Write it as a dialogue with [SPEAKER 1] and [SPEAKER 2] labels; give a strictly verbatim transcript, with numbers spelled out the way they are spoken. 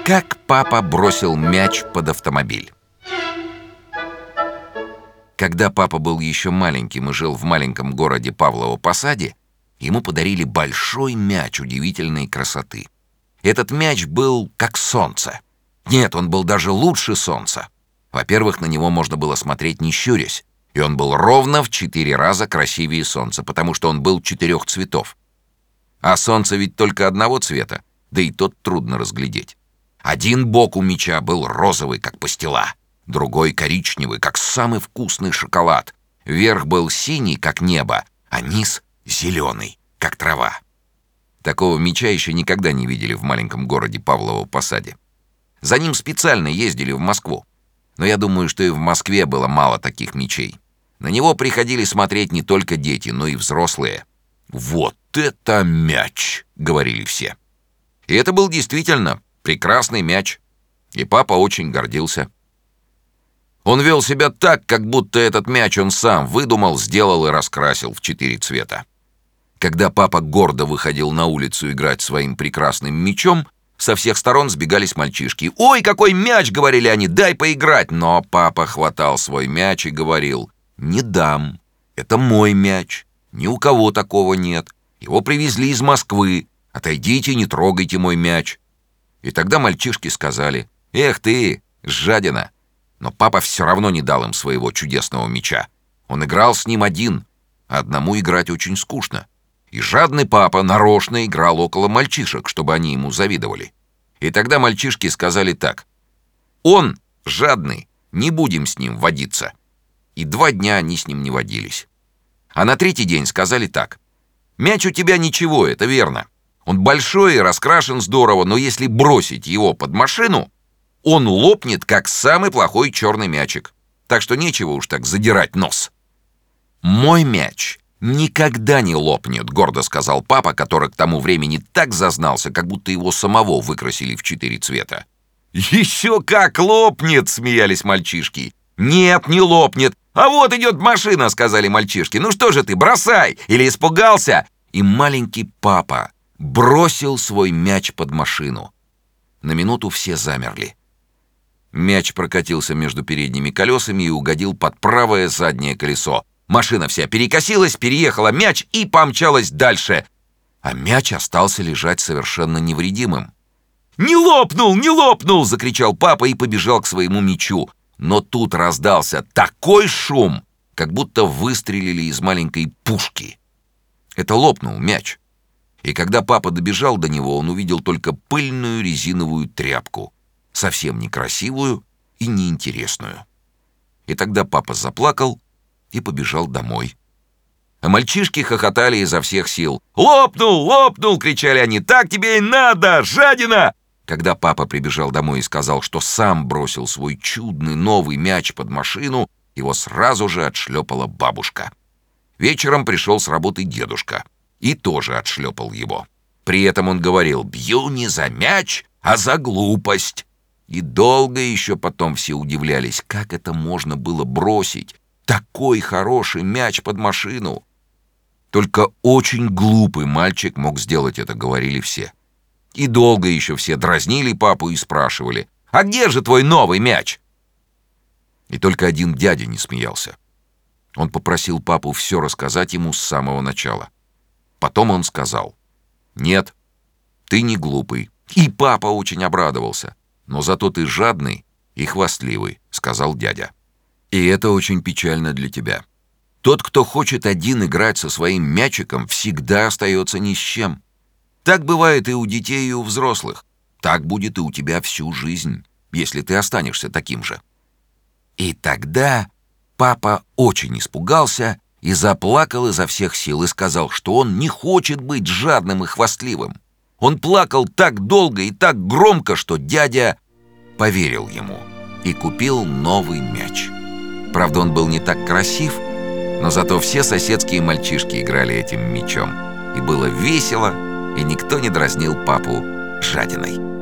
[SPEAKER 1] Как папа бросил мяч под автомобиль. Когда папа был еще маленьким и жил в маленьком городе Павлово-Посаде, ему подарили большой мяч удивительной красоты. Этот мяч был как солнце. Нет, он был даже лучше солнца. Во-первых, на него можно было смотреть не щурясь, и он был ровно в четыре раза красивее солнца, потому что он был четырех цветов. А солнце ведь только одного цвета, да и тот трудно разглядеть. Один бок у мяча был розовый, как пастила, другой коричневый, как самый вкусный шоколад. Верх был синий, как небо, а низ зеленый, как трава. Такого мяча еще никогда не видели в маленьком городе Павлово-Посаде. За ним специально ездили в Москву. Но я думаю, что и в Москве было мало таких мячей. На него приходили смотреть не только дети, но и взрослые. «Вот это мяч!» — говорили все. И это был действительно прекрасный мяч. И папа очень гордился. Он вел себя так, как будто этот мяч он сам выдумал, сделал и раскрасил в четыре цвета. Когда папа гордо выходил на улицу играть своим прекрасным мячом, со всех сторон сбегались мальчишки. «Ой, какой мяч!» — говорили они, «дай поиграть!» Но папа хватал свой мяч и говорил: «Не дам, это мой мяч, ни у кого такого нет. Его привезли из Москвы, отойдите, не трогайте мой мяч». И тогда мальчишки сказали: «Эх ты, жадина!» Но папа все равно не дал им своего чудесного мяча. Он играл с ним один, а одному играть очень скучно. И жадный папа нарочно играл около мальчишек, чтобы они ему завидовали. И тогда мальчишки сказали так: «Он жадный, не будем с ним водиться». И два дня они с ним не водились. А на третий день сказали так: «Мяч у тебя ничего, это верно. Он большой и раскрашен здорово, но если бросить его под машину, он лопнет, как самый плохой черный мячик. Так что нечего уж так задирать нос». «Мой мяч никогда не лопнет», — гордо сказал папа, который к тому времени так зазнался, как будто его самого выкрасили в четыре цвета. «Еще как лопнет!» — смеялись мальчишки. «Нет, не лопнет. А вот идет машина!» — сказали мальчишки. «Ну что же ты, бросай! Или испугался?» И маленький папа бросил свой мяч под машину. На минуту все замерли. Мяч прокатился между передними колесами и угодил под правое заднее колесо. Машина вся перекосилась, переехала мяч и помчалась дальше. А мяч остался лежать совершенно невредимым. «Не лопнул, не лопнул!» — закричал папа и побежал к своему мячу. Но тут раздался такой шум, как будто выстрелили из маленькой пушки. Это лопнул мяч. И когда папа добежал до него, он увидел только пыльную резиновую тряпку, совсем некрасивую и неинтересную. И тогда папа заплакал и побежал домой. А мальчишки хохотали изо всех сил. «Лопнул, лопнул!» — кричали они. «Так тебе и надо, жадина!» Когда папа прибежал домой и сказал, что сам бросил свой чудный новый мяч под машину, его сразу же отшлепала бабушка. Вечером пришел с работы дедушка и тоже отшлепал его. При этом он говорил: «Бью не за мяч, а за глупость». И долго еще потом все удивлялись, как это можно было бросить такой хороший мяч под машину. Только очень глупый мальчик мог сделать это, говорили все. И долго еще все дразнили папу и спрашивали: «А где же твой новый мяч?» И только один дядя не смеялся. Он попросил папу все рассказать ему с самого начала. Потом он сказал: «Нет, ты не глупый». И папа очень обрадовался. «Но зато ты жадный и хвастливый», — сказал дядя. «И это очень печально для тебя. Тот, кто хочет один играть со своим мячиком, всегда остается ни с чем. Так бывает и у детей, и у взрослых. Так будет и у тебя всю жизнь, если ты останешься таким же». И тогда папа очень испугался и заплакал изо всех сил и сказал, что он не хочет быть жадным и хвастливым. Он плакал так долго и так громко, что дядя поверил ему и купил новый мяч. Правда, он был не так красив, но зато все соседские мальчишки играли этим мячом. И было весело, и никто не дразнил папу жадиной.